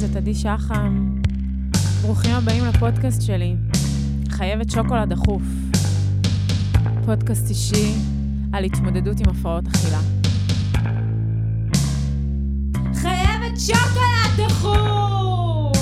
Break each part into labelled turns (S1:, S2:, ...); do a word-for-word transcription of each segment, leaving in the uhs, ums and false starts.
S1: זאת עדי שחם. ברוכים הבאים לפודקאסט שלי, חייבת שוקולד דחוף. פודקאסט אישי על התמודדות עם הפרעות אכילה. חייבת שוקולד דחוף!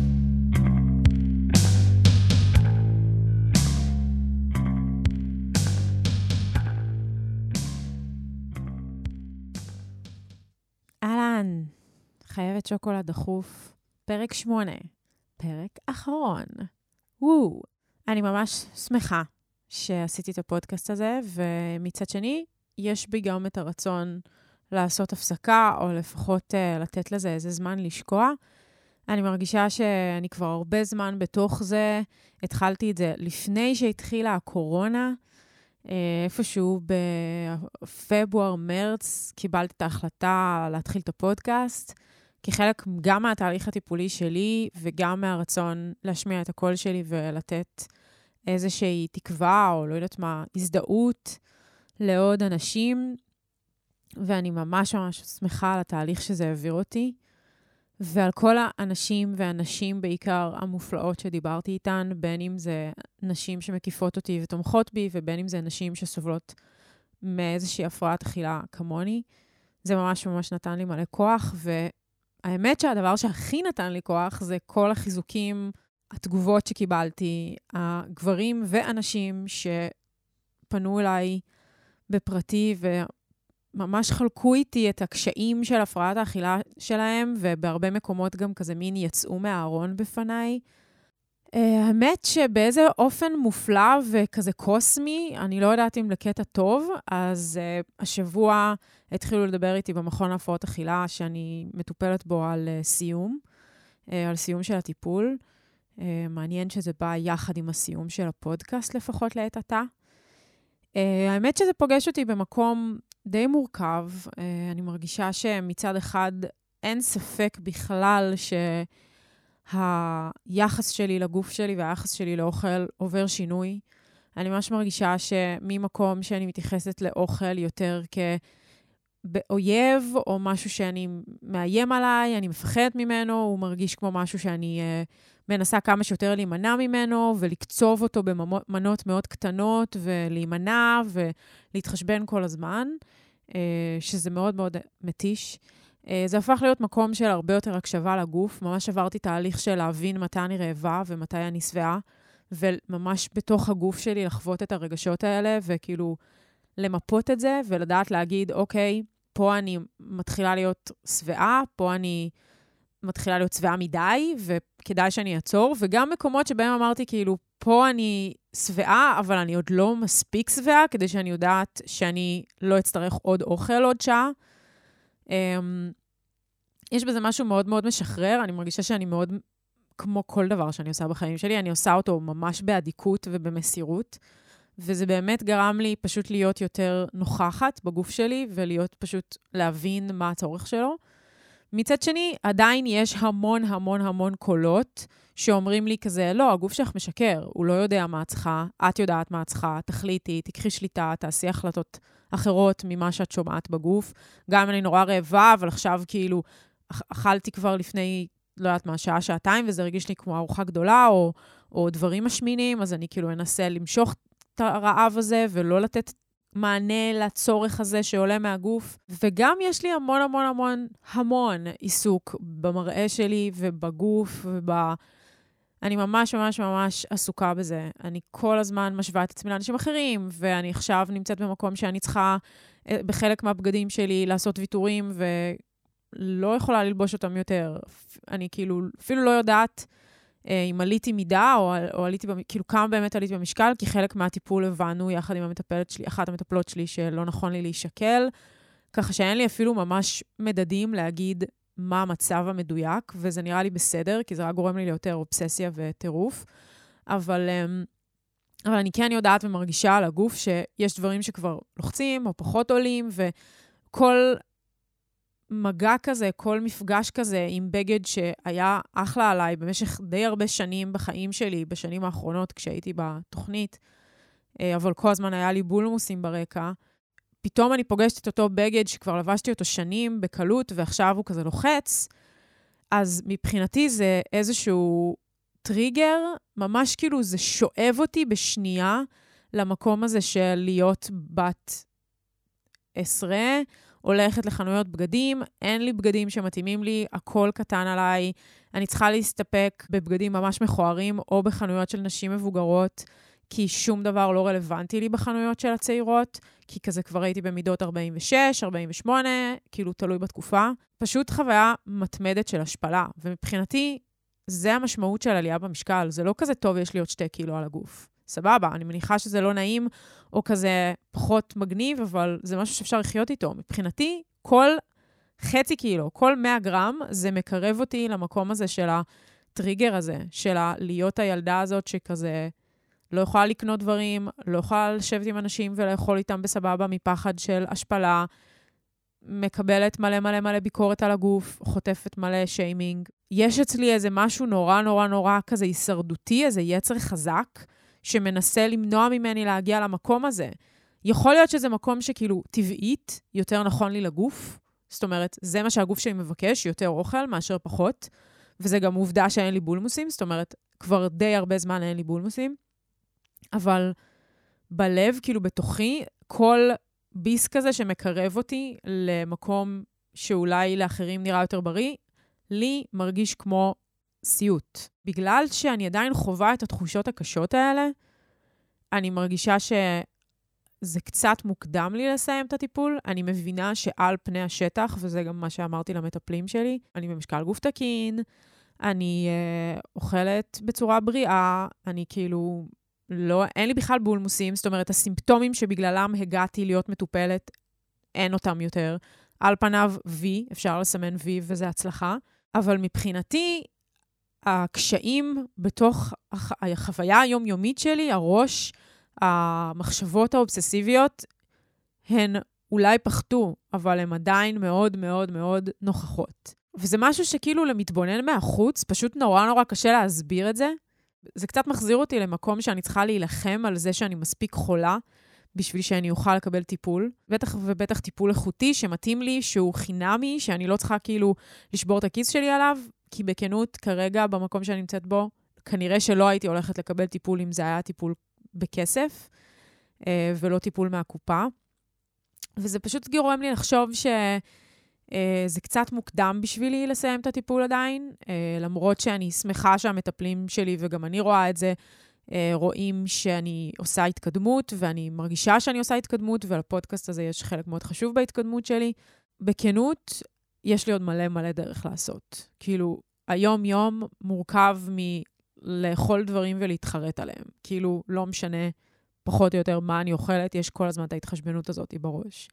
S1: אהלן, חייבת שוקולד דחוף, פרק שמונה, פרק אחרון. וואו, אני ממש שמחה שעשיתי את הפודקאסט הזה, ומצד שני, יש בי גם את הרצון לעשות הפסקה, או לפחות uh, לתת לזה איזה זמן לשקוע. אני מרגישה שאני כבר הרבה זמן בתוך זה, התחלתי את זה לפני שהתחילה הקורונה, איפשהו בפברואר, מרץ, קיבלתי את ההחלטה להתחיל את הפודקאסט, כחלק גם מהתהליך הטיפולי שלי, וגם מהרצון להשמיע את הקול שלי, ולתת איזושהי תקווה, או לא יודעת מה, הזדהות לעוד אנשים, ואני ממש ממש שמחה על התהליך שזה העביר אותי, ועל כל האנשים והנשים בעיקר המופלאות שדיברתי איתן, בין אם זה נשים שמקיפות אותי ותומכות בי, ובין אם זה נשים שסובלות מאיזושהי הפרעת אכילה כמוני. זה ממש ממש נתן לי מלא כוח, והאמת שהדבר שהכי נתן לי כוח זה כל החיזוקים, התגובות שקיבלתי, הגברים ואנשים שפנו אליי בפרטי ו... ממש חלקו איתי את הקשיים של הפרעת האכילה שלהם, ובהרבה מקומות גם כזה מין יצאו מהארון בפניי. Uh, האמת שבאיזה אופן מופלא וכזה קוסמי, אני לא יודעת אם לקטע טוב, אז uh, השבוע התחילו לדבר איתי במכון להפרעות אכילה, שאני מטופלת בו על uh, סיום, uh, על סיום של הטיפול. Uh, מעניין שזה בא יחד עם הסיום של הפודקאסט, לפחות לעת עתה. Uh, האמת שזה פוגש אותי במקום די מורכב. Uh, אני מרגישה שמצד אחד אין ספק בכלל שהיחס שלי לגוף שלי והיחס שלי לאוכל עובר שינוי. אני ממש מרגישה שממקום שאני מתייחסת לאוכל יותר כאויב, או משהו שאני מאיים עליי, אני מפחדת ממנו, הוא מרגיש כמו משהו שאני uh, מנסה כמה שיותר להימנע ממנו, ולקצוב אותו במנות מאוד קטנות, ולהימנע ולהתחשבן כל הזמן. שזה מאוד מאוד מתיש. זה הפך להיות מקום של הרבה יותר הקשבה לגוף. ממש עברתי תהליך של להבין מתי אני רעבה ומתי אני שבעה, וממש בתוך הגוף שלי לחוות את הרגשות האלה, וכאילו למפות את זה, ולדעת להגיד, אוקיי, פה אני מתחילה להיות שבעה, פה אני מתחילה להיות שבעה מדי, וכדאי שאני אעצור, וגם מקומות שבהם אמרתי, כאילו, פה אני שבעה, אבל אני עוד לא מספיק שבעה, כדי שאני יודעת שאני לא אצטרך עוד אוכל עוד שעה. יש בזה משהו מאוד מאוד משחרר, אני מרגישה שאני מאוד, כמו כל דבר שאני עושה בחיים שלי, אני עושה אותו ממש באדיקות ובמסירות, וזה באמת גרם לי פשוט להיות יותר נוכחת בגוף שלי, ולהיות פשוט להבין מה הצורך שלו. מצד שני, עדיין יש המון המון המון קולות שאומרים לי כזה, לא, הגוף שלך משקר, הוא לא יודע מה את צריכה, את יודעת מה את צריכה, תחליטי, תקחי שליטה, תעשי החלטות אחרות ממה שאת שומעת בגוף. גם אם אני נורא רעבה, אבל עכשיו כאילו אכלתי כבר לפני, לא יודעת מה, שעה, שעתיים, וזה הרגיש לי כמו ארוחה גדולה, או, או דברים משמינים, אז אני כאילו אנסה למשוך את הרעב הזה, ולא לתת מענה לצורך הזה שעולה מהגוף. וגם יש לי המון המון המון המון עיסוק במראה שלי ובגוף וב... אני ממש ממש ממש עסוקה בזה. אני כל הזמן משווה את עצמי לאנשים אחרים, ואני עכשיו נמצאת במקום שאני צריכה בחלק מהבגדים שלי לעשות ויתורים, ולא יכולה ללבוש אותם יותר. אני כאילו אפילו לא יודעת אם עליתי מידה, או, או עליתי, כאילו כמה באמת עליתי במשקל, כי חלק מהטיפול הבנו יחד עם המטפלת שלי, אחת המטפלות שלי, שלא נכון לי להישקל, ככה שאין לי אפילו ממש מדדים להגיד מה המצב המדויק, וזה נראה לי בסדר, כי זה רק גורם לי ליותר אובססיה וטירוף, אבל, אבל אני כן יודעת ומרגישה על הגוף שיש דברים שכבר לוחצים, או פחות עולים, וכל מגע כזה, כל מפגש כזה עם בגד שהיה אחלה עליי במשך די הרבה שנים בחיים שלי, בשנים האחרונות כשהייתי בתוכנית, אבל כל הזמן היה לי בולמוסים ברקע, פתאום אני פוגשת את אותו בגד שכבר לבשתי אותו שנים בקלות, ועכשיו הוא כזה לוחץ, אז מבחינתי זה איזשהו טריגר, ממש כאילו זה שואב אותי בשנייה למקום הזה של להיות בת עשרה, הולכת לחנויות בגדים, אין לי בגדים שמתאימים לי, הכל קטן עליי, אני צריכה להסתפק בבגדים ממש מכוערים, או בחנויות של נשים מבוגרות, כי שום דבר לא רלוונטי לי בחנויות של הצעירות, כי כזה כבר הייתי במידות ארבעים ושש, ארבעים ושמונה, כאילו תלוי בתקופה. פשוט חוויה מתמדת של השפלה, ומבחינתי זה המשמעות של עלייה במשקל, זה לא כזה טוב, יש לי עוד שתי קילו על הגוף. סבבה, אני מניחה שזה לא נעים, או כזה פחות מגניב, אבל זה משהו שאפשר לחיות איתו. מבחינתי, כל חצי קילו, כל מאה גרם, זה מקרב אותי למקום הזה של הטריגר הזה, של להיות הילדה הזאת שכזה לא יכולה לקנות דברים, לא יכולה לשבת עם אנשים ולאכול איתם בסבבה מפחד של השפלה, מקבלת מלא מלא מלא ביקורת על הגוף, חוטפת מלא שיימינג. יש אצלי איזה משהו נורא נורא נורא כזה הישרדותי, איזה יצר חזק, שמנסה למנוע ממני להגיע למקום הזה. יכול להיות שזה מקום שכאילו טבעית, יותר נכון לי לגוף. זאת אומרת, זה מה שהגוף שלי מבקש, יותר אוכל מאשר פחות. וזה גם עובדה שאין לי בולמוסים, זאת אומרת, כבר די הרבה זמן אין לי בולמוסים. אבל בלב, כאילו בתוכי, כל ביס כזה שמקרב אותי למקום שאולי לאחרים נראה יותר בריא, לי מרגיש כמו סיוט. בגלל שאני עדיין חווה את התחושות הקשות האלה, אני מרגישה שזה קצת מוקדם לי לסיים את הטיפול. אני מבינה שעל פני השטח, וזה גם מה שאמרתי למטפלים שלי, אני במשקל גוף תקין, אני אה, אוכלת בצורה בריאה, אני כאילו, לא, אין לי בכלל בולמוסים, זאת אומרת, הסימפטומים שבגללם הגעתי להיות מטופלת, אין אותם יותר. על פניו וי, אפשר לסמן וי וזה הצלחה, אבל מבחינתי, הקשיים בתוך החוויה היומיומית שלי, הראש, המחשבות האובססיביות, הן אולי פחתו, אבל הן עדיין מאוד מאוד מאוד נוכחות. וזה משהו שכאילו למתבונן מהחוץ, פשוט נורא נורא קשה להסביר את זה. זה קצת מחזיר אותי למקום שאני צריכה להילחם על זה שאני מספיק חולה, בשביל שאני אוכל לקבל טיפול. בטח ובטח טיפול איכותי שמתאים לי, שהוא חינמי, שאני לא צריכה כאילו לשבור את הכיס שלי עליו, כי בכנות, כרגע, במקום שאני נמצאת בו, כנראה שלא הייתי הולכת לקבל טיפול אם זה היה טיפול בכסף, ולא טיפול מהקופה. וזה פשוט גורם לי לחשוב שזה קצת מוקדם בשבילי לסיים את הטיפול עדיין, למרות שאני שמחה שהמטפלים שלי, וגם אני רואה את זה, רואים שאני עושה התקדמות, ואני מרגישה שאני עושה התקדמות, ולפודקאסט הזה יש חלק מאוד חשוב בהתקדמות שלי. בכנות, יש לי עוד מלא מלא דרך לעשות. כאילו, היום-יום מורכב מלאכול דברים ולהתחרט עליהם. כאילו, לא משנה פחות או יותר מה אני אוכלת, יש כל הזמן את ההתחשבנות הזאת בראש.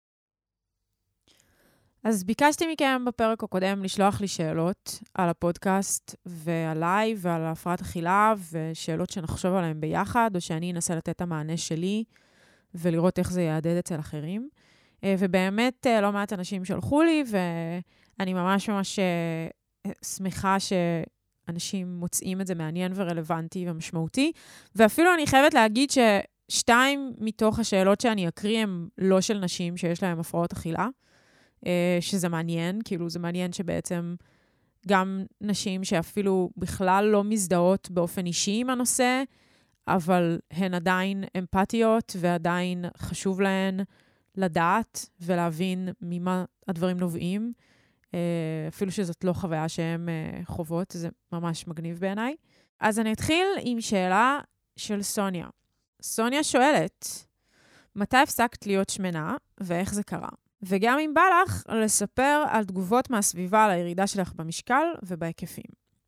S1: אז ביקשתי מכם בפרק הקודם לשלוח לי שאלות על הפודקאסט ועליי ועל הפרעת אכילה ושאלות שנחשוב עליהן ביחד, או שאני אנסה לתת את המענה שלי ולראות איך זה יעדד אצל אחרים. ובאמת לא מעט אנשים שלחו לי, ואני ממש ממש שמחה שאנשים מוצאים את זה מעניין ורלוונטי ומשמעותי. ואפילו אני חייבת להגיד ששתיים מתוך השאלות שאני אקריא הן לא של נשים שיש להן הפרעות אכילה, שזה מעניין, כאילו זה מעניין שבעצם גם נשים שאפילו בכלל לא מזדהות באופן אישי עם הנושא, אבל הן עדיין אמפתיות ועדיין חשוב להן לדעת ולהבין ממה הדברים נובעים, אפילו שזאת לא חוויה שהן חוות, זה ממש מגניב בעיניי. אז אני אתחיל עם שאלה של סוניה. סוניה שואלת, מתי הפסקת להיות שמנה ואיך זה קרה? וגם אם בא לך לספר על תגובות מהסביבה על הירידה שלך במשקל ובהיקפים.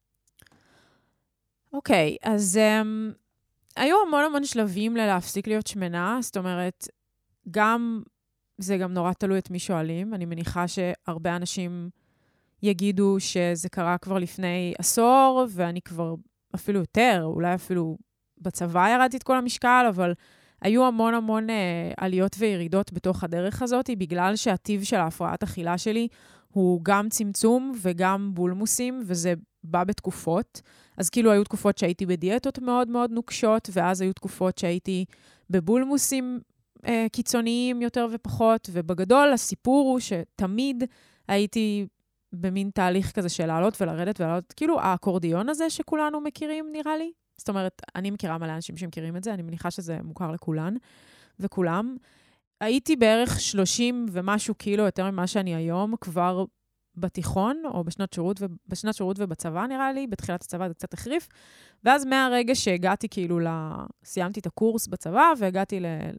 S1: אוקיי, אז um, היו המון המון שלבים ללהפסיק להיות שמנה, זאת אומרת, גם, זה גם נורא תלוי את מי שואלים, אני מניחה שהרבה אנשים יגידו שזה קרה כבר לפני עשור, ואני כבר אפילו יותר, אולי אפילו בצבא ירדתי את כל המשקל, אבל היו המון המון אה, עליות וירידות בתוך הדרך הזאת, בגלל שהטיב של ההפרעת אכילה שלי הוא גם צמצום וגם בולמוסים, וזה בא בתקופות. אז כאילו היו תקופות שהייתי בדיאטות מאוד מאוד נוקשות, ואז היו תקופות שהייתי בבולמוסים אה, קיצוניים יותר ופחות, ובגדול הסיפור הוא שתמיד הייתי במין תהליך כזה של לעלות ולרדת ולעלות, כאילו האקורדיון הזה שכולנו מכירים, נראה לי. זאת אומרת, אני מכירה מלא אנשים שמכירים את זה, אני מניחה שזה מוכר לכולן וכולם. הייתי בערך שלושים ומשהו קילו יותר ממה שאני היום, כבר בתיכון, או בשנת שירות, בשנת שירות ובצבא נראה לי, בתחילת הצבא זה קצת החריף, ואז מהרגע שהגעתי כאילו, סיימתי את הקורס בצבא, והגעתי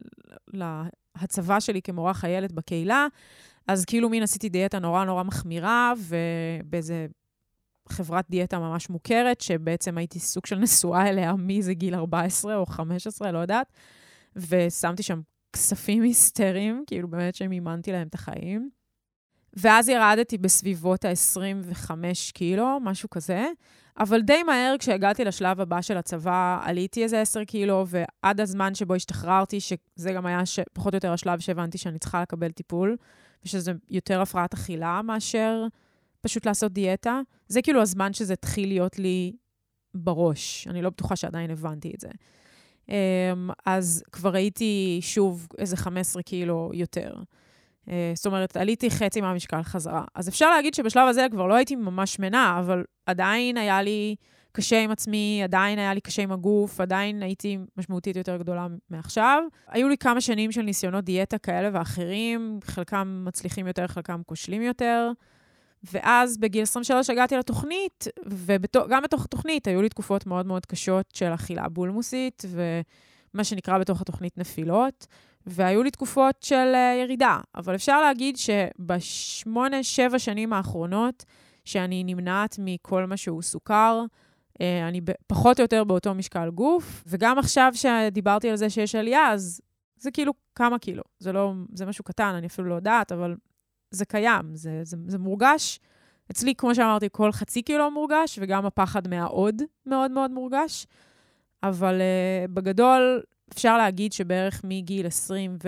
S1: להצבא שלי כמורה חיילת בקהילה, אז כאילו מין עשיתי דיאטה נורא נורא מחמירה, ובאיזה חברת דיאטה ממש מוכרת, שבעצם הייתי סוג של נשואה אליה מאיזה גיל ארבע עשרה או חמש עשרה, לא יודעת, ושמתי שם כספים היסטריים, כאילו באמת שמימנתי להם את החיים. ואז ירדתי בסביבות ה-עשרים וחמש קילו, משהו כזה, אבל די מהר כשהגעתי לשלב הבא של הצבא, עליתי איזה עשר קילו, ועד הזמן שבו השתחררתי, שזה גם היה ש... פחות או יותר השלב שהבנתי שאני צריכה לקבל טיפול, ושזה יותר הפרעת אכילה מאשר פשוט לעשות דיאטה. זה כאילו הזמן שזה התחיל להיות לי בראש. אני לא בטוחה שעדיין הבנתי את זה. אז כבר הייתי שוב איזה חמש עשרה קילו יותר. זאת אומרת, עליתי חצי מהמשקל חזרה. אז אפשר להגיד שבשלב הזה כבר לא הייתי ממש שמנה, אבל עדיין היה לי קשה עם עצמי, עדיין היה לי קשה עם הגוף, עדיין הייתי משמעותית יותר גדולה מעכשיו. היו לי כמה שנים של ניסיונות דיאטה כאלה ואחרים, חלקם מצליחים יותר, חלקם כושלים יותר. ואז בגיל עשרים ושלוש הגעתי לתוכנית, וגם בתוך התוכנית היו לי תקופות מאוד מאוד קשות של אכילה בולמוסית, ומה שנקרא בתוך התוכנית נפילות, והיו לי תקופות של ירידה. אבל אפשר להגיד שבשמונה, שבע שנים האחרונות, שאני נמנעת מכל מה שהוא סוכר, אני פחות או יותר באותו משקל גוף, וגם עכשיו שדיברתי על זה שיש עלייה, אז זה כאילו כמה קילו. זה לא, זה משהו קטן, אני אפילו לא יודעת, אבל זה קיים, זה, זה, זה מורגש. אצלי, כמו שאמרתי, כל חצי קילו מורגש, וגם הפחד מהעוד מאוד מאוד מורגש. אבל uh, בגדול, אפשר להגיד שבערך מגיל עשרים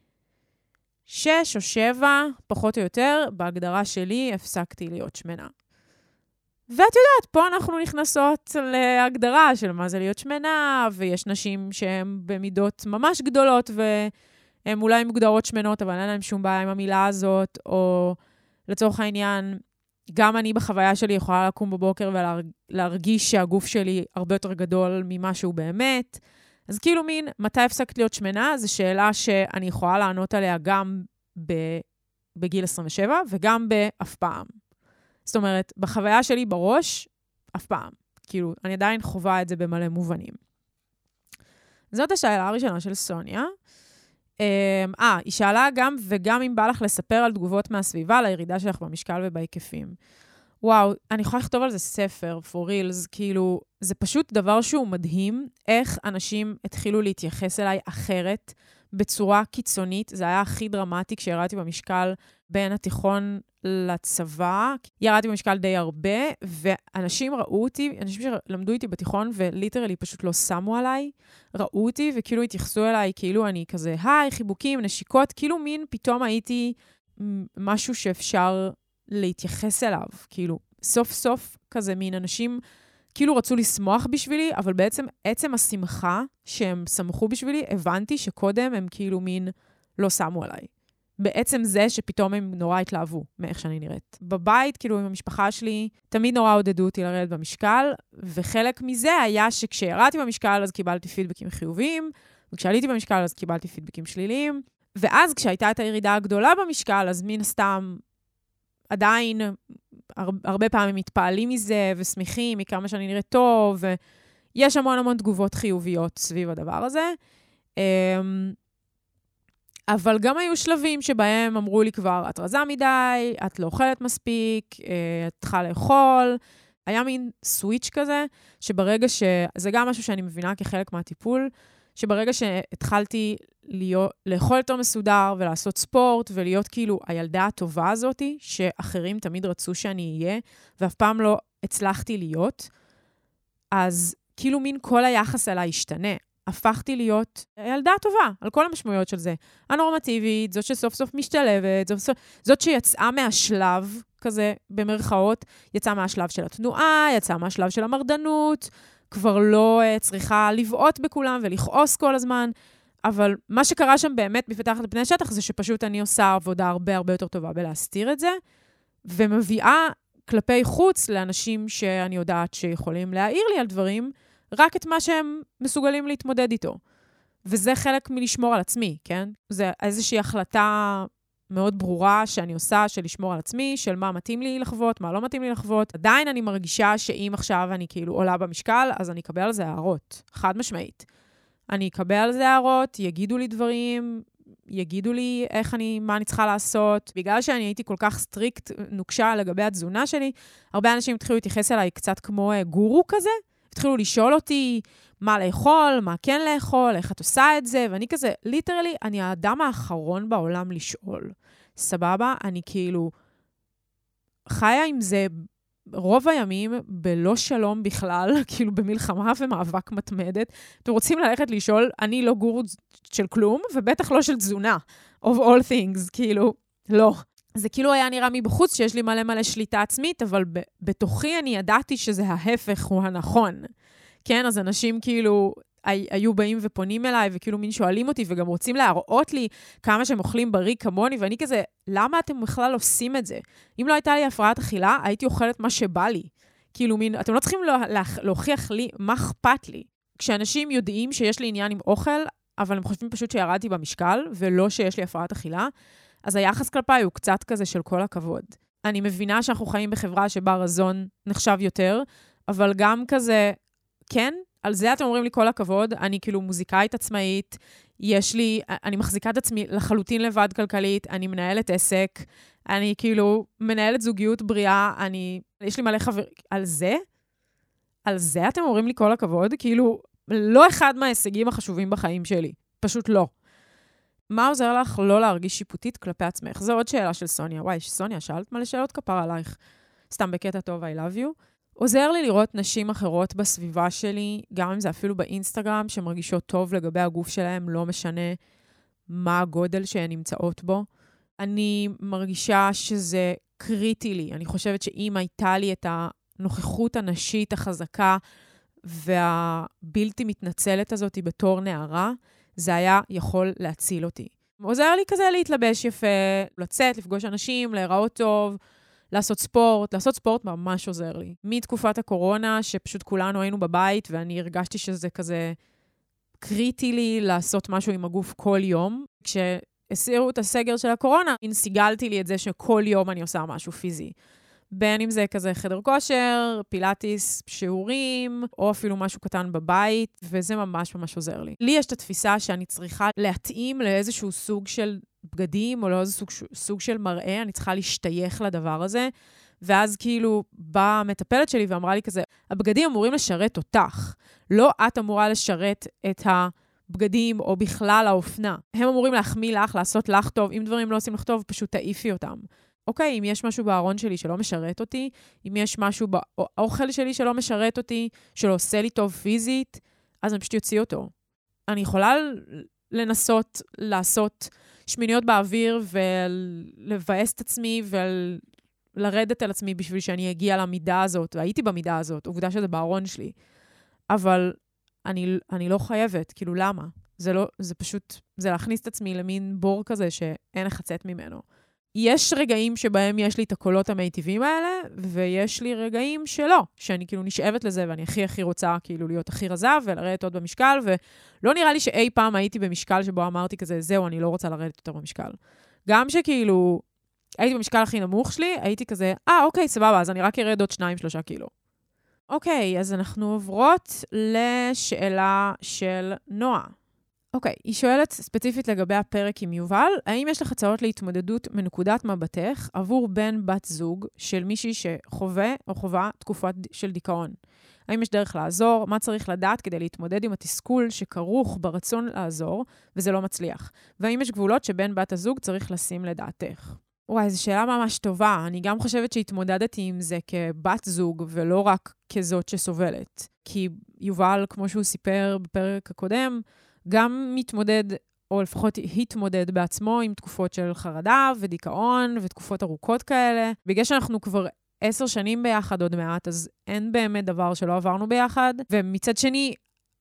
S1: ושש או שבע, פחות או יותר, בהגדרה שלי, הפסקתי להיות שמנה. ואת יודעת, פה אנחנו נכנסות להגדרה של מה זה להיות שמנה, ויש נשים שהן במידות ממש גדולות, והן אולי מוגדרות שמנות, אבל אין להן שום בעיה עם המילה הזאת, או לצורך העניין, גם אני בחוויה שלי יכולה לקום בבוקר ולהרגיש שהגוף שלי הרבה יותר גדול ממה שהוא באמת. אז כאילו מין, מתי הפסקת להיות שמנה? זו שאלה שאני יכולה לענות עליה גם בגיל עשרים ושבע, וגם באף פעם. זאת אומרת, בחוויה שלי בראש, אף פעם. כאילו, אני עדיין חווה את זה במלא מובנים. זאת השאלה הראשונה של סוניה. אה, היא שאלה גם, וגם אם בא לך לספר על תגובות מהסביבה, לירידה שלך במשקל ובהיקפים. וואו, אני יכולה לכתוב על זה ספר, for reals, כאילו, זה פשוט דבר שהוא מדהים, איך אנשים התחילו להתייחס אליי אחרת, בצורה קיצונית. זה היה הכי דרמטי כשירדתי במשקל בין התיכון לצבא. ירדתי במשקל די הרבה, ואנשים ראו אותי, אנשים שלמדו איתי בתיכון, וליטרלי פשוט לא שמו עליי, ראו אותי וכאילו התייחסו אליי, כאילו אני כזה, היי, חיבוקים, נשיקות, כאילו מין פתאום הייתי משהו שאפשר להתייחס אליו, כאילו סוף סוף כזה מין אנשים כאילו רצו לשמוח בשבילי, אבל בעצם עצם השמחה שהם שמחו בשבילי, הבנתי שקודם הם כאילו מין לא שמו עליי. בעצם זה שפתאום הם נורא התלהבו מאיך שאני נראית. בבית, כאילו עם המשפחה שלי, תמיד נורא עודדו אותי לרדת במשקל, וחלק מזה היה שכשירדתי במשקל אז קיבלתי פידבקים חיוביים, וכשעליתי במשקל אז קיבלתי פידבקים שליליים, ואז כשהייתה את הירידה הגדולה במשקל, אז מן הסתם עדיין הרבה פעמים מתפעלים מזה ושמחים מכמה שאני נראית טוב, ויש המון המון תגובות חיוביות סביב הדבר הזה. אבל גם היו שלבים שבהם אמרו לי כבר, את רזה מדי, את לא אוכלת מספיק, את צריכה לאכול. היה מין סוויץ' כזה, שברגע ש... זה גם משהו שאני מבינה כחלק מהטיפול, שברגע שהתחלתי להיות, לאכול יותר מסודר ולעשות ספורט, ולהיות כאילו הילדה הטובה הזאת, שאחרים תמיד רצו שאני אהיה, ואף פעם לא הצלחתי להיות, אז כאילו מין כל היחס עליי השתנה. הפכתי להיות ילדה טובה, על כל המשמעויות של זה. הנורמטיבית, זאת שסוף סוף משתלבת, זאת, זאת שיצאה מהשלב, כזה במרכאות, יצאה מהשלב של התנועה, יצאה מהשלב של המרדנות, כבר לא uh, צריכה לבעוט בכולם ולכעוס כל הזמן, אבל מה שקרה שם באמת מפתחת לפני שטח, זה שפשוט אני עושה עבודה הרבה הרבה יותר טובה בלהסתיר את זה, ומביאה כלפי חוץ לאנשים שאני יודעת שיכולים להעיר לי על דברים, רק את מה שהם מסוגלים להתמודד איתו. וזה חלק מלשמור על עצמי, כן? זה איזושהי החלטה מאוד ברורה שאני עושה של לשמור על עצמי, של מה מתאים לי לחוות, מה לא מתאים לי לחוות. עדיין אני מרגישה שאם עכשיו אני כאילו עולה במשקל, אז אני אקבל על זה הערות, חד משמעית. אני אקבל על זה הערות, יגידו לי דברים, יגידו לי איך אני, מה אני צריכה לעשות. בגלל שאני הייתי כל כך סטריקט, נוקשה לגבי התזונה שלי, הרבה אנשים התחילו להתייחס אליי קצת כמו גורו כזה, התחילו לשאול אותי מה לאכול, מה כן לאכול, איך את עושה את זה, ואני כזה, ליטרלי, אני האדם האחרון בעולם לשאול. סבבה? אני כאילו חיה עם זה רוב הימים בלא שלום בכלל, כאילו במלחמה ומאבק מתמדת. אתם רוצים ללכת לשאול, אני לא גורו של כלום, ובטח לא של תזונה, of all things, כאילו, לא. זה כאילו היה נראה מבחוץ שיש לי מלא מלא שליטה עצמית, אבל ב- בתוכי אני ידעתי שזה ההפך הוא הנכון. כן, אז אנשים כאילו היו באים ופונים אליי, וכאילו מין שואלים אותי, וגם רוצים להראות לי כמה שהם אוכלים בריא כמוני, ואני כזה, למה אתם בכלל עושים את זה? אם לא הייתה לי הפרעת אכילה, הייתי אוכלת מה שבא לי. כאילו מין, אתם לא צריכים לה, לה, להוכיח לי מה אכפת לי. כשאנשים יודעים שיש לי עניין עם אוכל, אבל הם חושבים פשוט שירדתי במשקל, ולא שיש לי הפרעת אכילה, אז היחס כלפיי הוא קצת כזה של כל הכבוד. אני מבינה שאנחנו חיים בחברה שבה רזון נחשב יותר, אבל גם כזה, כן, על זה אתם אומרים לי כל הכבוד, אני כאילו מוזיקאית עצמאית, יש לי, אני מחזיקה את עצמי לחלוטין לבד כלכלית, אני מנהלת עסק, אני כאילו מנהלת זוגיות בריאה, אני, יש לי מלא חבר, על זה? על זה אתם אומרים לי כל הכבוד? כאילו, לא אחד מההישגים החשובים בחיים שלי, פשוט לא. מה עוזר לך לא להרגיש שיפוטית כלפי עצמך? זו עוד שאלה של סוניה. וואי, סוניה, שאלת מלא שאלות כפר עלייך. סתם בקטע טוב, I love you. עוזר לי לראות נשים אחרות בסביבה שלי, גם אם זה אפילו באינסטגרם, שמרגישות טוב לגבי הגוף שלהם, לא משנה מה הגודל שהן נמצאות בו. אני מרגישה שזה קריטי לי. אני חושבת שאם הייתה לי את הנוכחות הנשית החזקה והבלתי מתנצלת הזאת בתור נערה, זה היה יכול להציל אותי. עוזר לי כזה להתלבש יפה, לצאת, לפגוש אנשים, להיראות טוב, לעשות ספורט. לעשות ספורט ממש עוזר לי. מתקופת הקורונה, שפשוט כולנו היינו בבית, ואני הרגשתי שזה כזה קריטי לי לעשות משהו עם הגוף כל יום. כשהסירו את הסגר של הקורונה, הנסיגלתי לי את זה שכל יום אני עושה משהו פיזי. בין אם זה כזה חדר כושר, פילאטיס, שיעורים, או אפילו משהו קטן בבית, וזה ממש ממש עוזר לי. לי יש את התפיסה שאני צריכה להתאים לאיזשהו סוג של בגדים, או לאיזשהו סוג, סוג של מראה, אני צריכה להשתייך לדבר הזה, ואז כאילו באה המטפלת שלי ואמרה לי כזה, הבגדים אמורים לשרת אותך, לא את אמורה לשרת את הבגדים או בכלל האופנה. הם אמורים להחמיא לך, לעשות לך טוב, אם דברים לא עושים לך טוב, פשוט תעיפי אותם. אוקיי, אם יש משהו בארון שלי שלא משרת אותי, אם יש משהו באוכל שלי שלא משרת אותי, שלא עושה לי טוב פיזית, אז אני פשוט יוציא אותו. אני יכולה לנסות לעשות שמיניות באוויר ולבאס את עצמי ולרדת על עצמי בשביל שאני אגיע למידה הזאת, והייתי במידה הזאת, עובדה שזה בארון שלי. אבל אני, אני לא חייבת, כאילו למה? זה לא, זה פשוט, זה להכניס את עצמי למין בור כזה שאין לחצאת ממנו. יש רגעים שבהם יש לי את הקולות המיטיבים האלה, ויש לי רגעים שלא, שאני כאילו נשאבת לזה, ואני הכי הכי רוצה כאילו להיות הכי רזה, ולרדת עוד במשקל, ולא נראה לי שאי פעם הייתי במשקל שבו אמרתי כזה, זהו, אני לא רוצה לרדת יותר במשקל. גם שכאילו, הייתי במשקל הכי נמוך שלי, הייתי כזה, אה, אוקיי, סבבה, אז אני רק ארד עוד שניים, שלושה קילו. אוקיי, אז אנחנו עוברות לשאלה של נועה. אוקיי, היא שואלת ספציפית לגבי הפרק עם יובל, האם יש לך הצעות להתמודדות מנקודת מבטך עבור בן בת זוג של מישהי שחווה או חווה תקופת של דיכאון? האם יש דרך לעזור? מה צריך לדעת כדי להתמודד עם התסכול שכרוך ברצון לעזור, וזה לא מצליח? והאם יש גבולות שבן בת הזוג צריך לשים לדעתך? וואי, זו שאלה ממש טובה. אני גם חושבת שהתמודדתי עם זה כבת זוג, ולא רק כזאת שסובלת. כי יובל, כמו שהוא סיפר בפרק הקודם, גם מתמודד, או לפחות התמודד בעצמו עם תקופות של חרדה ודיכאון ותקופות ארוכות כאלה. בגלל שאנחנו כבר עשר שנים ביחד עוד מעט, אז אין באמת דבר שלא עברנו ביחד. ומצד שני,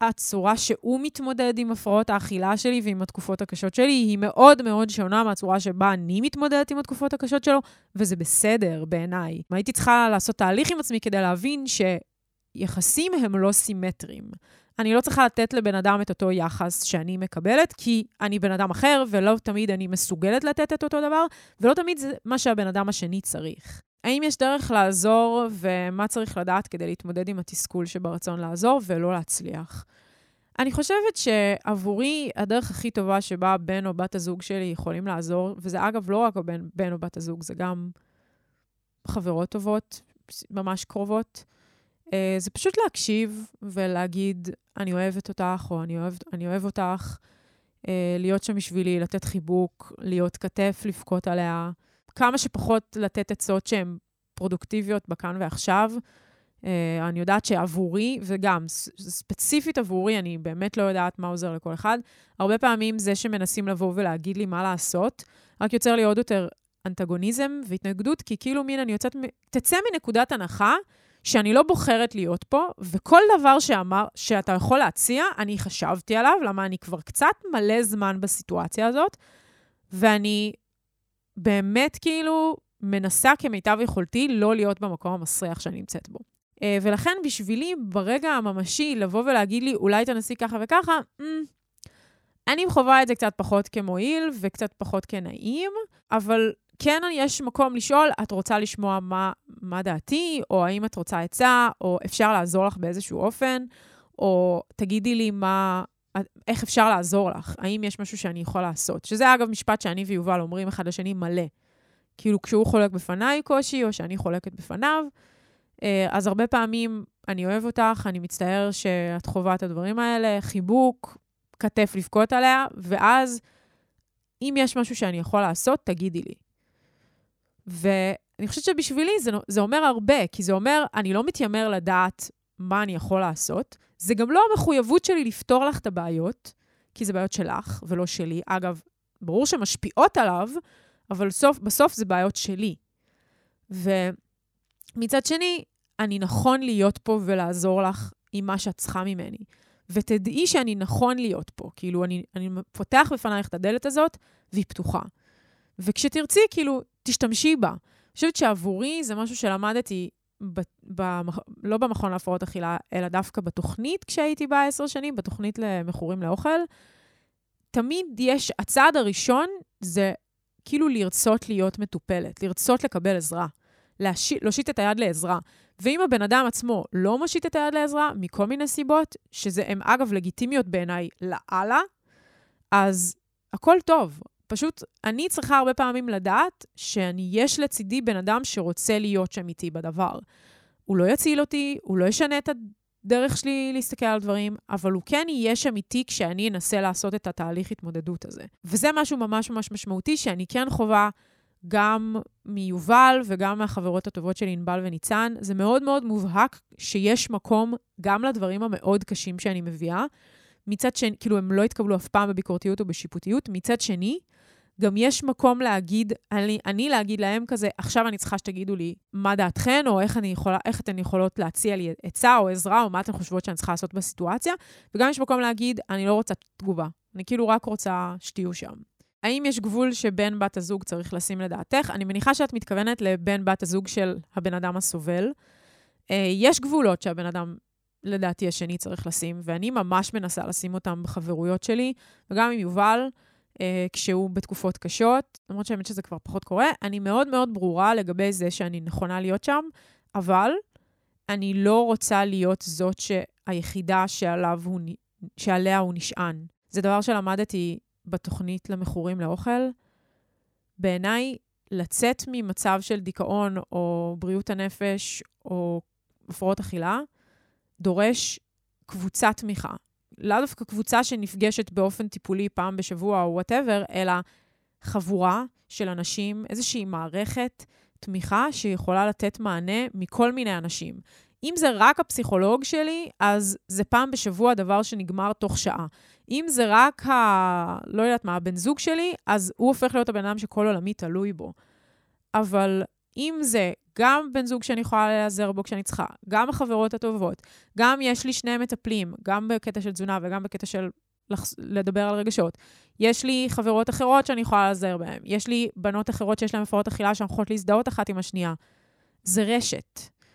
S1: הצורה שהוא מתמודד עם הפרעות האכילה שלי ועם התקופות הקשות שלי, היא מאוד מאוד שונה מהצורה שבה אני מתמודדת עם התקופות הקשות שלו, וזה בסדר בעיניי. הייתי צריכה לעשות תהליך עם עצמי כדי להבין שיחסים הם לא סימטריים. אני לא צריכה לתת לבן אדם את אותו יחס שאני מקבלת, כי אני בן אדם אחר, ולא תמיד אני מסוגלת לתת את אותו דבר, ולא תמיד זה מה שהבן אדם השני צריך. האם יש דרך לעזור, ומה צריך לדעת כדי להתמודד עם התסכול שברצון לעזור, ולא להצליח? אני חושבת שעבורי הדרך הכי טובה שבה בן או בת הזוג שלי יכולים לעזור, וזה אגב לא רק בן, בן או בת הזוג, זה גם חברות טובות, ממש קרובות, זה פשוט להקשיב ולהגיד, אני אוהבת אותך, או אני אוהב, אני אוהב אותך, להיות שם בשבילי, לתת חיבוק, להיות כתף, לבכות עליה, כמה שפחות לתת עצות שהן פרודוקטיביות בכאן ועכשיו. אני יודעת שעבורי, וגם ספציפית עבורי, אני באמת לא יודעת מה עוזר לכל אחד. הרבה פעמים זה שמנסים לבוא ולהגיד לי מה לעשות, רק יוצר לי עוד יותר אנטגוניזם והתנגדות, כי כאילו מין אני יוצאת, תצא מנקודת הנחה, שאני לא בוחרת להיות פה, וכל דבר שאמר, שאתה יכול להציע, אני חשבתי עליו, למה אני כבר קצת מלא זמן בסיטואציה הזאת, ואני באמת כאילו מנסה כמיטב יכולתי לא להיות במקום המסריח שאני נמצאת בו. ולכן בשבילי, ברגע הממשי, לבוא ולהגיד לי, אולי תנסי ככה וככה, אני חווה את זה קצת פחות כמועיל, וקצת פחות כנעים, אבל כן יש מקום לשאול, את רוצה לשמוע מה, מה דעתי, או האם את רוצה עצה, או אפשר לעזור לך באיזשהו אופן, או תגידי לי מה, איך אפשר לעזור לך, האם יש משהו שאני יכול לעשות. שזה אגב משפט שאני ויובל אומרים אחד לשני מלא. כאילו כשהוא חולק בפניי קושי, או שאני חולקת בפניו, אז הרבה פעמים אני אוהב אותך, אני מצטער שאת חובה את הדברים האלה, חיבוק, כתף לבכות עליה, ואז אם יש משהו שאני יכול לעשות, תגידי לי. ואני חושבת שבשבילי זה, זה אומר הרבה, כי זה אומר, אני לא מתיימר לדעת מה אני יכול לעשות. זה גם לא המחויבות שלי לפתור לך את הבעיות, כי זה בעיות שלך ולא שלי. אגב, ברור שמשפיעות עליו, אבל בסוף, בסוף זה בעיות שלי. ומצד שני, אני נכון להיות פה ולעזור לך עם מה שאת צריכה ממני. ותדעי שאני נכון להיות פה. כאילו, אני, אני פותח בפנייך את הדלת הזאת, והיא פתוחה. וכשתרצי, כאילו, תשתמשי בה. אני חושבת שעבורי זה משהו שלמדתי, ב, ב, לא במכון להפרעות אכילה, אלא דווקא בתוכנית, כשהייתי בה עשר שנים, בתוכנית למכורים לאוכל. תמיד יש, הצעד הראשון זה כאילו לרצות להיות מטופלת, לרצות לקבל עזרה, להשיט, להושיט את היד לעזרה. ואם הבן אדם עצמו לא מושיט את היד לעזרה, מכל מיני סיבות, שזה הם אגב לגיטימיות בעיניי לעלה, אז הכל טוב. פשוט אני צריכה הרבה פעמים לדעת שאני יש לצידי בן אדם שרוצה להיות שם איתי בדבר. הוא לא יציל אותי, הוא לא ישנה את הדרך שלי להסתכל על דברים, אבל הוא כן יהיה שם איתי כשאני אנסה לעשות את התהליך התמודדות הזה. וזה משהו ממש ממש משמעותי שאני כן חובה גם מיובל וגם מהחברות הטובות שלי, ענבל וניצן. זה מאוד מאוד מובהק שיש מקום גם לדברים המאוד קשים שאני מביאה. מצד שני, כאילו הם לא התקבלו אף פעם בביקורתיות או בשיפוטיות. מצד שני, גם יש מקום להגיד, אני, אני להגיד להם כזה, עכשיו אני צריכה שתגידו לי מה דעתכן, או איך, אני יכולה, איך אתן יכולות להציע לי עצה או עזרה, או מה אתן חושבות שאני צריכה לעשות בסיטואציה. וגם יש מקום להגיד, אני לא רוצה תגובה. אני כאילו רק רוצה שתהיו שם. האם יש גבול שבן בת הזוג צריך לשים לדעתך? אני מניחה שאת מתכוונת לבן בת הזוג של הבן אדם הסובל. יש גבולות שהבן אדם, לדעתי, השני צריך לשים, ואני ממש מנסה לשים אותם בחברויות שלי, וגם עם יובל, כשהוא בתקופות קשות, למרות שהאמת שזה כבר פחות קורה, אני מאוד מאוד ברורה לגבי זה שאני נכונה להיות שם, אבל אני לא רוצה להיות זאת שהיחידה שעליו הוא, שעליה הוא נשען. זה דבר שלמדתי בתוכנית למכורים לאוכל. בעיניי, לצאת ממצב של דיכאון או בריאות הנפש או הפרעות אכילה, דורש קבוצת תמיכה. לא דווקא קבוצה שנפגשת באופן טיפולי פעם בשבוע או whatever, אלא חבורה של אנשים, איזושהי מערכת תמיכה שיכולה לתת מענה מכל מיני אנשים. אם זה רק הפסיכולוג שלי, אז זה פעם בשבוע דבר שנגמר תוך שעה. אם זה רק ה... לא יודעת מה, הבן זוג שלי, אז הוא הופך להיות הבן אדם שכל עולמי תלוי בו. אבל אם זה גם בן זוג שאני יכולה להיעזר בו כשאני צריכה, גם החברות הטובות, גם יש לי שני מטפלים, גם בקטע של תזונה וגם בקטע של לדבר על רגשות. יש לי חברות אחרות שאני יכולה להיעזר בהן. יש לי בנות אחרות שיש להן הפרעות אכילה שהן יכולות להזדהות אחת עם השנייה. זה רשת.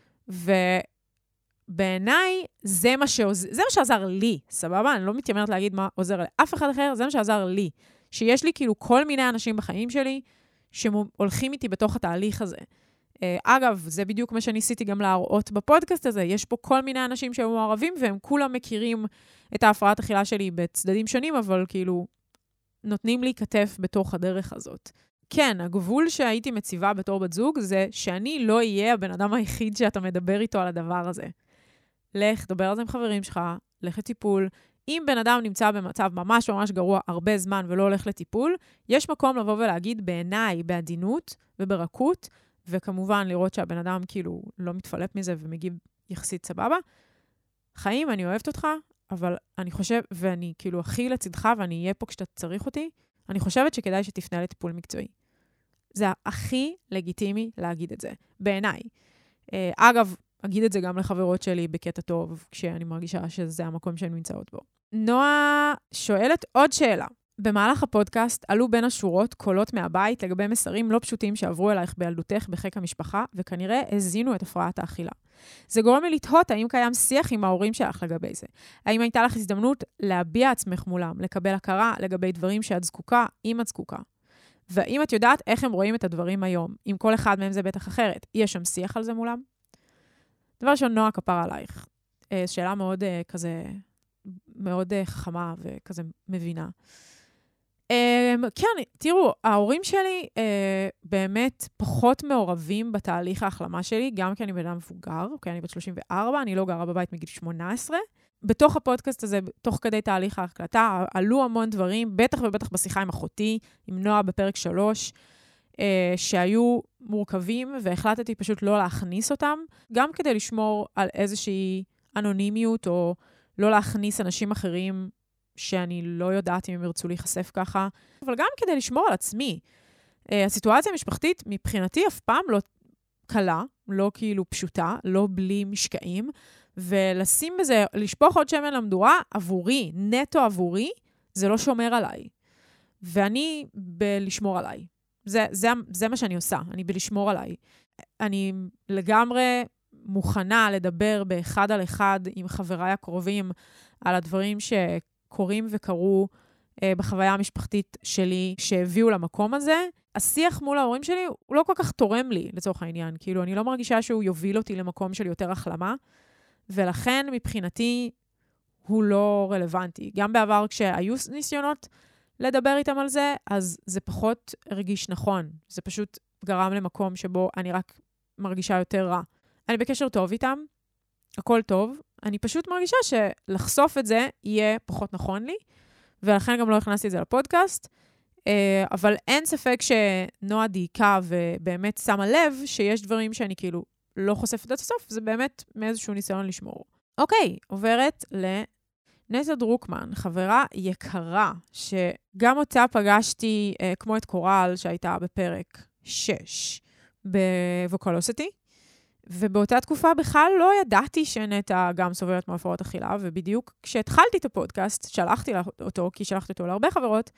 S1: ובעיניי זה מה שעוזר, זה מה שעזר לי, סבבה? אני לא מתיימרת להגיד מה עוזר לאף אחד אחר, זה מה שעזר לי. שיש לי כאילו כל מיני אנשים בחיים שלי שהולכים איתי בתוך התהליך הזה. אגב, זה בדיוק מה שניסיתי גם להראות בפודקאסט הזה. יש פה כל מיני אנשים שהם מעורבים, והם כולם מכירים את ההפרעת אכילה שלי בצדדים שונים, אבל כאילו נותנים לי כתף בתוך הדרך הזאת. כן, הגבול שהייתי מציבה בתור בת זוג, זה שאני לא אהיה הבן אדם היחיד שאתה מדבר איתו על הדבר הזה. לך, דבר על זה עם חברים שלך, לך לטיפול. אם בן אדם נמצא במצב ממש ממש גרוע הרבה זמן ולא הולך לטיפול, יש מקום לבוא ולהגיד בעיניי, בעדינות וברכות, וכמובן לראות שהבן אדם כאילו לא מתפלט מזה ומגיב יחסית סבבה. חיים, אני אוהבת אותך, אבל אני חושב, ואני כאילו הכי לצדך ואני אהיה פה כשאתה צריך אותי, אני חושבת שכדאי שתפנה לטיפול מקצועי. זה הכי לגיטימי להגיד את זה, בעיניי. אגב, אגיד את זה גם לחברות שלי בקטע טוב, כשאני מרגישה שזה המקום שהן נמצאות בו. נועה שואלת עוד שאלה. במהלך הפודקאסט עלו בין השורות קולות מהבית לגבי מסרים לא פשוטים שעברו אלייך בילדותך בחיק המשפחה, וכנראה הזינו את הפרעת האכילה. זה גורם לי לתהות האם קיים שיח עם ההורים שלך לגבי זה. האם הייתה לך הזדמנות להביע עצמך מולם, לקבל הכרה לגבי דברים שאת זקוקה, אם את זקוקה. והאם את יודעת איך הם רואים את הדברים היום, אם כל אחד מהם זה בטח אחרת, יש שם שיח על זה מולם? דבר ראשון, נועה, כפר עלייך. שאלה מאוד כזה, מאוד חכמה וכזה מבינה. כן, תראו, ההורים שלי באמת פחות מעורבים בתהליך ההחלמה שלי, גם כי אני בן אדם מבוגר, כי אני בת שלושים וארבע, אני לא גרה בבית מגיל שמונה עשרה. בתוך הפודקאסט הזה, תוך כדי תהליך ההקלטה, עלו המון דברים, בטח ובטח בשיחה עם אחותי, עם נועה בפרק שלוש, שהיו מורכבים, והחלטתי פשוט לא להכניס אותם, גם כדי לשמור על איזושהי אנונימיות, או לא להכניס אנשים אחרים שאני לא יודעת אם הם ירצו להיחשף ככה, אבל גם כדי לשמור על עצמי. הסיטואציה המשפחתית מבחינתי אף פעם לא קלה, לא כאילו פשוטה, לא בלי משקעים, ולשים בזה, לשפוך עוד שמן למדורה, עבורי, נטו עבורי, זה לא שומר עליי. ואני בלשמור עליי. זה, זה, זה מה שאני עושה, אני בלשמור עליי. אני לגמרי מוכנה לדבר באחד על אחד עם חבריי הקרובים על הדברים שקורים וקרו אה, בחוויה המשפחתית שלי, שהביאו למקום הזה. השיח מול ההורים שלי הוא לא כל כך תורם לי, לצורך העניין. כאילו, אני לא מרגישה שהוא יוביל אותי למקום של יותר החלמה, ולכן מבחינתי הוא לא רלוונטי. גם בעבר כשהיו ניסיונות לדבר איתם על זה, אז זה פחות הרגיש נכון. זה פשוט גרם למקום שבו אני רק מרגישה יותר רע. אני בקשר טוב איתם, הכל טוב. אני פשוט מרגישה שלחשוף את זה יהיה פחות נכון לי, ולכן גם לא הכנסתי את זה לפודקאסט. אבל אין ספק שנועה דייקה ובאמת שמה לב שיש דברים שאני כאילו לא חושפת עד הסוף, זה באמת מאיזשהו ניסיון לשמור. אוקיי, עוברת לנטע דרוקמן, חברה יקרה, שגם אותה פגשתי אה, כמו את קורל שהייתה בפרק שש בווקולוסיטי, ובאותה תקופה בכלל לא ידעתי שנטע גם סובלת מהפרעות אכילה, ובדיוק כשהתחלתי את הפודקאסט, שלחתי אותו, כי שלחתי אותו להרבה חברות,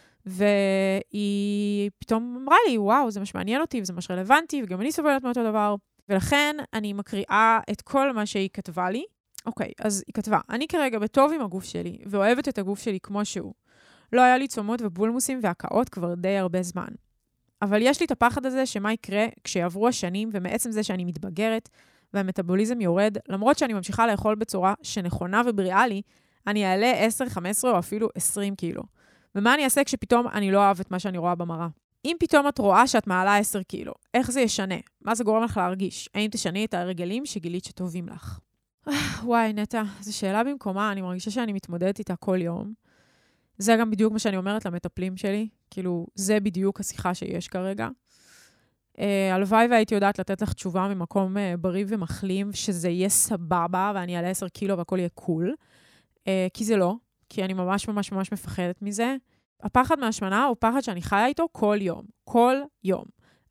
S1: והיא פתאום אמרה לי, וואו, זה ממש מעניין אותי, וזה ממש רלוונטי, וגם אני סובלת מאותו דבר, ולכן אני מקריאה את כל מה שהיא כתבה לי. אוקיי, אז היא כתבה, אני כרגע בטוב עם הגוף שלי, ואוהבת את הגוף שלי כמו שהוא. לא היה לי צומות ובולמוסים והקאות כבר די הרבה זמן. אבל יש לי את הפחד הזה שמה יקרה כשיעברו השנים, ומעצם זה שאני מתבגרת, והמטאבוליזם יורד, למרות שאני ממשיכה לאכול בצורה שנכונה ובריאה לי, אני אעלה עשר, חמש עשרה או אפילו עשרים קילו. ומה אני אעשה כשפתאום אני לא אוהב את מה שאני רואה במראה? אם פתאום את רואה שאת מעלה עשר קילו, איך זה ישנה? מה זה גורם לך להרגיש? האם תשני את הרגלים שגילית שטובים לך? וואי, נטע, זו שאלה במקומה, אני מרגישה שאני מתמודדת איתה כל יום. זה גם בדיוק מה שאני אומרת למטפלים שלי, כאילו, זה בדיוק השיחה שיש כרגע. הלוואי והייתי יודעת לתת לך תשובה ממקום בריא ומחלים, שזה יהיה סבבה, ואני אעלה עשר קילו והכל יהיה קול, כי זה לא. כי אני ממש ממש ממש מפחדת מזה. הפחד מהשמנה הוא פחד שאני חיה איתו כל יום. כל יום.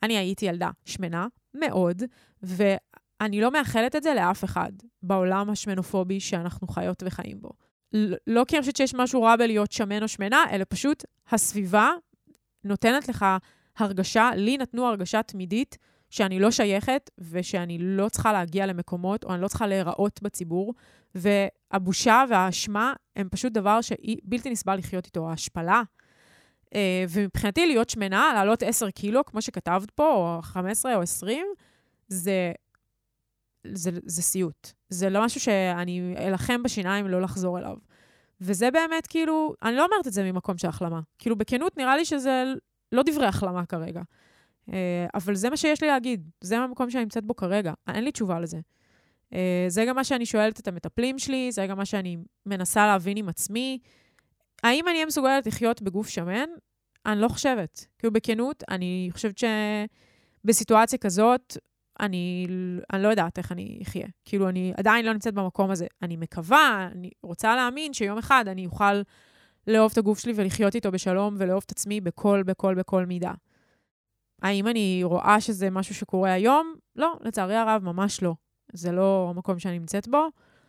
S1: אני הייתי ילדה שמנה מאוד, ואני לא מאחלת את זה לאף אחד בעולם השמנופובי שאנחנו חיות וחיים בו. לא כי אני חושבת שיש משהו רע בלהיות שמן או שמנה, אלא פשוט הסביבה נותנת לך הרגשה, לי נתנו הרגשה תמידית, שאני לא שייכת, ושאני לא צריכה להגיע למקומות, או אני לא צריכה להיראות בציבור, והבושה והאשמה הם פשוט דבר שבלתי נסבל לחיות איתו, ההשפלה. ומבחינתי להיות שמנה, לעלות עשר קילו, כמו שכתבת פה, או חמש עשרה או עשרים, זה, זה, זה סיוט. זה לא משהו שאני אלחם בשיניים לא לחזור אליו. וזה באמת כאילו, אני לא אומרת את זה ממקום של החלמה. כאילו בכנות נראה לי שזה לא דברי החלמה כרגע. אבל זה מה שיש לי להגיד. זה המקום שאני נמצאת בו כרגע. אין לי תשובה לזה. זה גם מה שאני שואלת את המטפלים שלי, זה גם מה שאני מנסה להבין עם עצמי. האם אני מסוגלת לחיות בגוף שמן? אני לא חושבת. כאילו בכנות, אני חושבת שבסיטואציה כזאת, אני, אני לא יודעת איך אני אחיה. כאילו אני עדיין לא נמצאת במקום הזה. אני מקווה, אני רוצה להאמין שיום אחד אני אוכל לאהוב את הגוף שלי ולחיות איתו בשלום ולאהוב את עצמי בכל, בכל, בכל מידה. האם אני רואה שזה משהו שקורה היום? לא, לצערי הרב, ממש לא. זה לא המקום שאני נמצאת בו.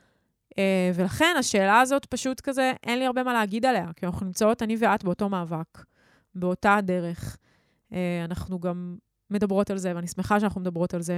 S1: ולכן השאלה הזאת פשוט כזה, אין לי הרבה מה להגיד עליה, כי אנחנו נמצאות, אני ואת, באותו מאבק, באותה הדרך. אנחנו גם מדברות על זה, ואני שמחה שאנחנו מדברות על זה.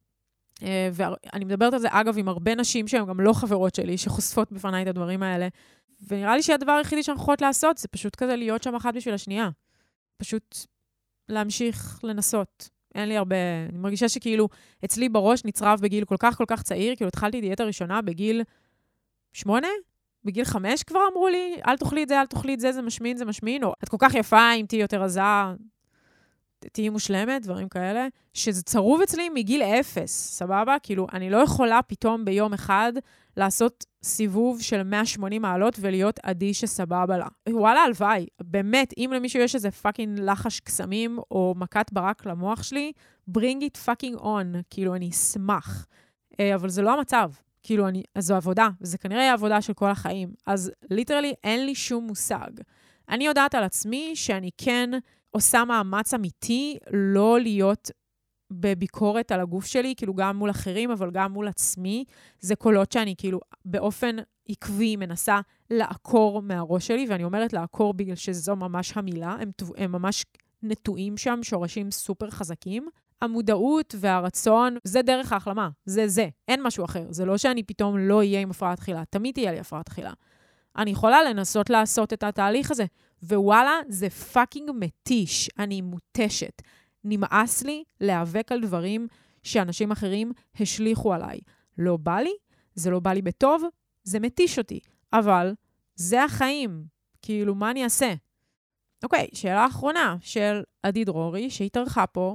S1: ואני מדברת על זה, אגב, עם הרבה נשים שהן גם לא חברות שלי, שחושפות בפניי את הדברים האלה. ונראה לי שהדבר היחידי שאנחנו יכולות לעשות, זה פשוט כזה להיות שם אחת בשביל השנייה. פשוט להמשיך לנסות. אין לי הרבה, אני מרגישה שכאילו אצלי בראש נצרב בגיל כל כך כל כך צעיר, כאילו התחלתי דיאטה ראשונה בגיל שמונה? בגיל חמש כבר אמרו לי, אל תאכלי את זה, אל תאכלי את זה, זה משמין, זה משמין, או את כל כך יפה, אם תהיי יותר עזה, תהיי מושלמת, דברים כאלה, שזה צרוב אצלי מגיל אפס, סבבה? כאילו, אני לא יכולה פתאום ביום אחד לעשות סיבוב של מאה ושמונים מעלות ולהיות עדי שסבבה לה. וואלה, הלוואי. באמת, אם למישהו יש איזה פאקינג לחש קסמים או מכת ברק למוח שלי, bring it fucking on. כאילו, אני אשמח. אבל זה לא המצב. כאילו, אני, אז זו עבודה, וזה כנראה העבודה של כל החיים. אז ליטרלי אין לי שום מושג. אני יודעת על עצמי שאני כן עושה מאמץ אמיתי לא להיות בביקורת על הגוף שלי, כאילו גם מול אחרים, אבל גם מול עצמי. זה קולות שאני כאילו באופן עקבי מנסה לעקור מהראש שלי, ואני אומרת לעקור בגלל שזו ממש המילה, הם, הם ממש נטועים שם, שורשים סופר חזקים. המודעות והרצון, זה דרך ההחלמה, זה זה, אין משהו אחר. זה לא שאני פתאום לא אהיה עם הפרעת אכילה, תמיד תהיה לי הפרעת אכילה. אני יכולה לנסות לעשות את התהליך הזה, ווואלה, זה פאקינג מתיש, אני מותשת. נמאס לי להיאבק על דברים שאנשים אחרים השליחו עליי. לא בא לי, זה לא בא לי בטוב, זה מתיש אותי. אבל זה החיים. כאילו, מה אני אעשה? אוקיי, שאלה האחרונה של עדי דרורי, שהתארחה פה,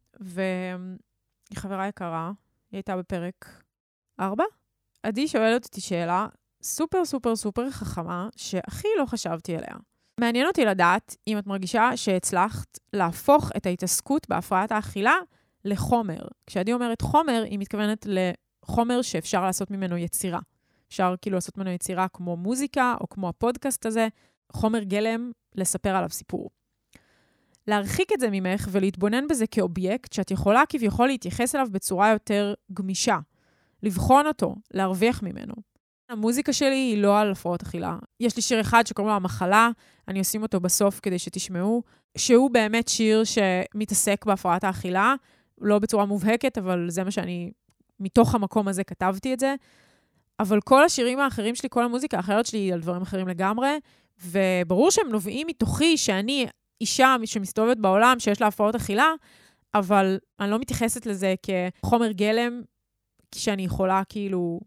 S1: והיא חברה יקרה, היא הייתה בפרק ארבע. עדי שואלת אותי שאלה סופר סופר סופר חכמה, שהכי לא חשבתי עליה. מעניין אותי לדעת אם את מרגישה שהצלחת להפוך את ההתעסקות בהפרעת האכילה לחומר. כשעדי אומרת חומר, היא מתכוונת לחומר שאפשר לעשות ממנו יצירה. אפשר כאילו לעשות ממנו יצירה כמו מוזיקה, או כמו הפודקאסט הזה, חומר גלם לספר עליו סיפור. להרחיק את זה ממך ולהתבונן בזה כאובייקט, שאת יכולה כביכול להתייחס אליו בצורה יותר גמישה. לבחון אותו, להרוויח ממנו. המוזיקה שלי היא לא על הפרעות אכילה. יש לי שיר אחד שקוראים לו המחלה, אני אשים אותו בסוף כדי שתשמעו, שהוא באמת שיר שמתעסק בהפרעת האכילה, לא בצורה מובהקת, אבל זה מה שאני, מתוך המקום הזה כתבתי את זה. אבל כל השירים האחרים שלי, כל המוזיקה האחרת שלי היא על דברים אחרים לגמרי, וברור שהם נובעים מתוכי שאני אישה שמסתובבת בעולם שיש לה הפרעות אכילה, אבל אני לא מתייחסת לזה כחומר גלם, שאני יכולה כאילו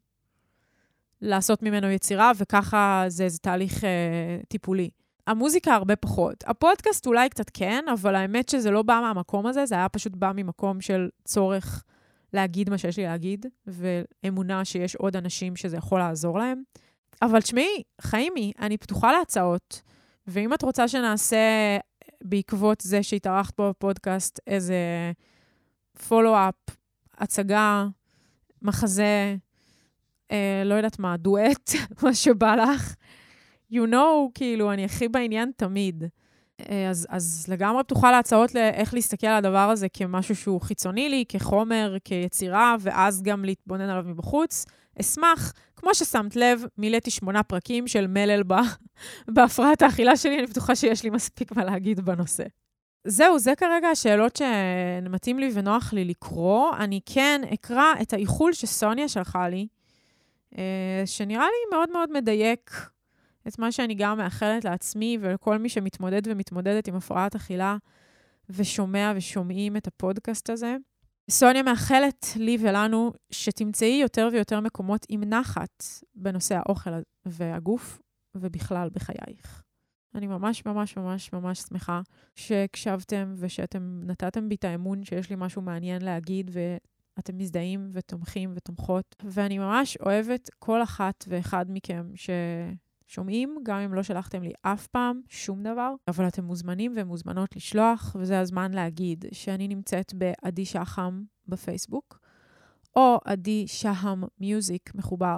S1: לעשות ממנו יצירה, וככה זה, זה תהליך אה, טיפולי. המוזיקה הרבה פחות. הפודקאסט אולי קצת כן, אבל האמת שזה לא בא מהמקום הזה, זה היה פשוט בא ממקום של צורך להגיד מה שיש לי להגיד, ואמונה שיש עוד אנשים שזה יכול לעזור להם. אבל תשמעי, חיימי, אני פתוחה להצעות, ואם את רוצה שנעשה בעקבות זה שהתארחת פה בפודקאסט איזה פולו-אפ, הצגה, מחזה, אה, לא יודעת מה, דואט, מה שבא לך, you know, כאילו, אני הכי בעניין תמיד. אז, אז לגמרי פתוחה להצעות לאיך להסתכל על הדבר הזה כמשהו שהוא חיצוני לי, כחומר, כיצירה, ואז גם להתבונן עליו מבחוץ. אשמח, כמו ששמת לב, מילאתי שמונה פרקים של מלל בהפרעת האכילה שלי, אני בטוחה שיש לי מספיק מה להגיד בנושא. זהו, זה כרגע השאלות שמתאים לי ונוח לי לקרוא. אני כן אקרא את האיחול שסוניה שלחה לי, שנראה לי מאוד מאוד מדייק את מה שאני גם מאחלת לעצמי ולכל מי שמתמודד ומתמודדת עם הפרעת אכילה ושומע ושומעים את הפודקאסט הזה. סוניה מאחלת לי ולנו שתמצאי יותר ויותר מקומות עם נחת בנושא האוכל והגוף ובכלל בחייך. אני ממש ממש ממש ממש שמחה שהקשבתם ושאתם נתתם בי את האמון שיש לי משהו מעניין להגיד ואתם מזדהים ותומכים ותומכות. ואני ממש אוהבת כל אחת ואחד מכם ששומעים, גם אם לא שלחתם לי אף פעם שום דבר, אבל אתם מוזמנים ומוזמנות לשלוח, וזה הזמן להגיד שאני נמצאת בעדי שחם בפייסבוק, או עדי שחם מיוזיק מחובר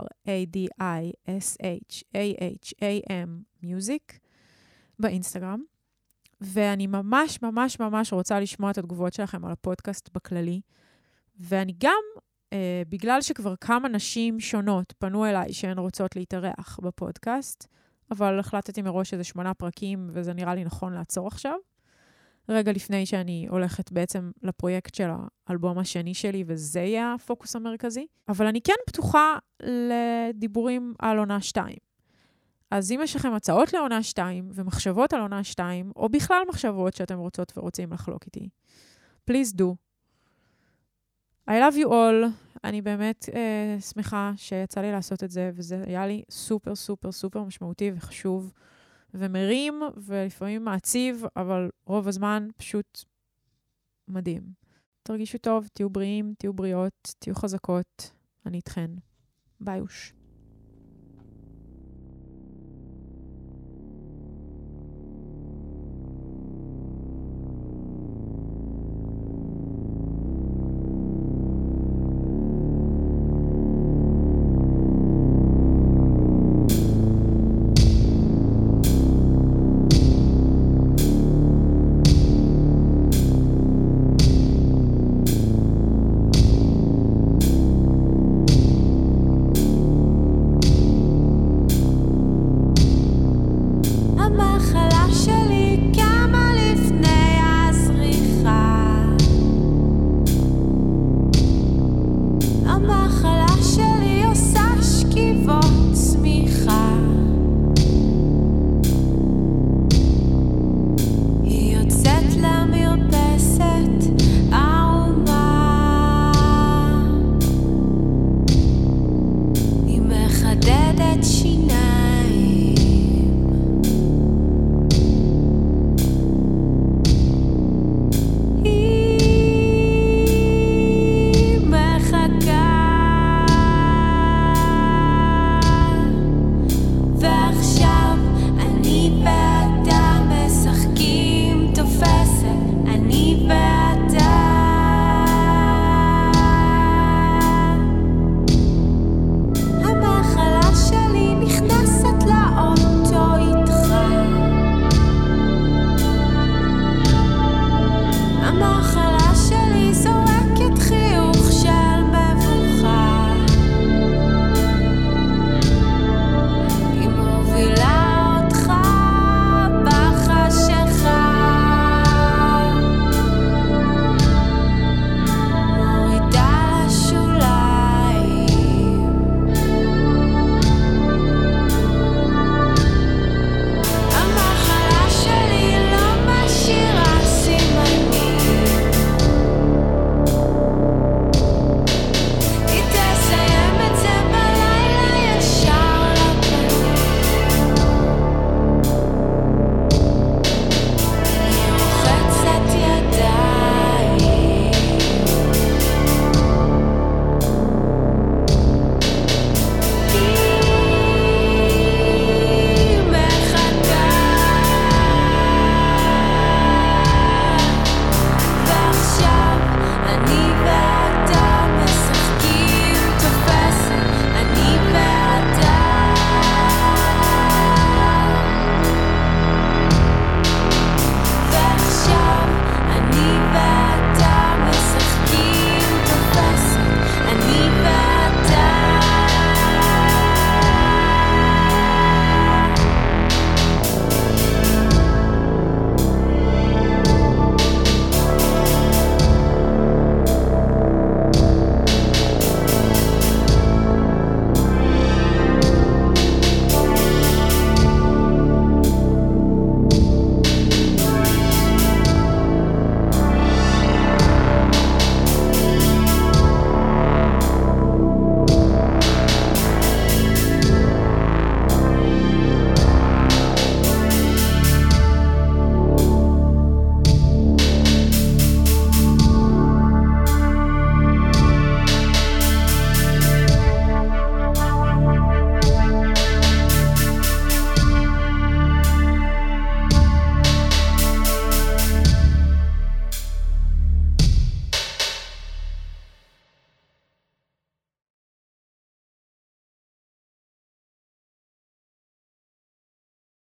S1: A-D-I-S-H-A-H-A-M מיוזיק, באינסטגרם, ואני ממש ממש ממש רוצה לשמוע את התגובות שלכם על הפודקאסט בכללי, ואני גם, אה, בגלל שכבר כמה נשים שונות פנו אליי שהן רוצות להתארח בפודקאסט, אבל החלטתי מראש שזה שמונה פרקים, וזה נראה לי נכון לעצור עכשיו, רגע לפני שאני הולכת בעצם לפרויקט של האלבום השני שלי, וזה יהיה הפוקוס המרכזי, אבל אני כן פתוחה לדיבורים על עונה שתיים. אז אם יש לכם הצעות לעונה שתיים, ומחשבות על עונה שתיים, או בכלל מחשבות שאתם רוצות ורוצים לחלוק איתי, please do. I love you all. אני באמת אה, שמחה שיצא לי לעשות את זה, וזה היה לי סופר סופר סופר משמעותי וחשוב, ומרים, ולפעמים מעציב, אבל רוב הזמן פשוט מדהים. תרגישו טוב, תהיו בריאים, תהיו בריאות, תהיו חזקות. אני איתכן. ביי אוש.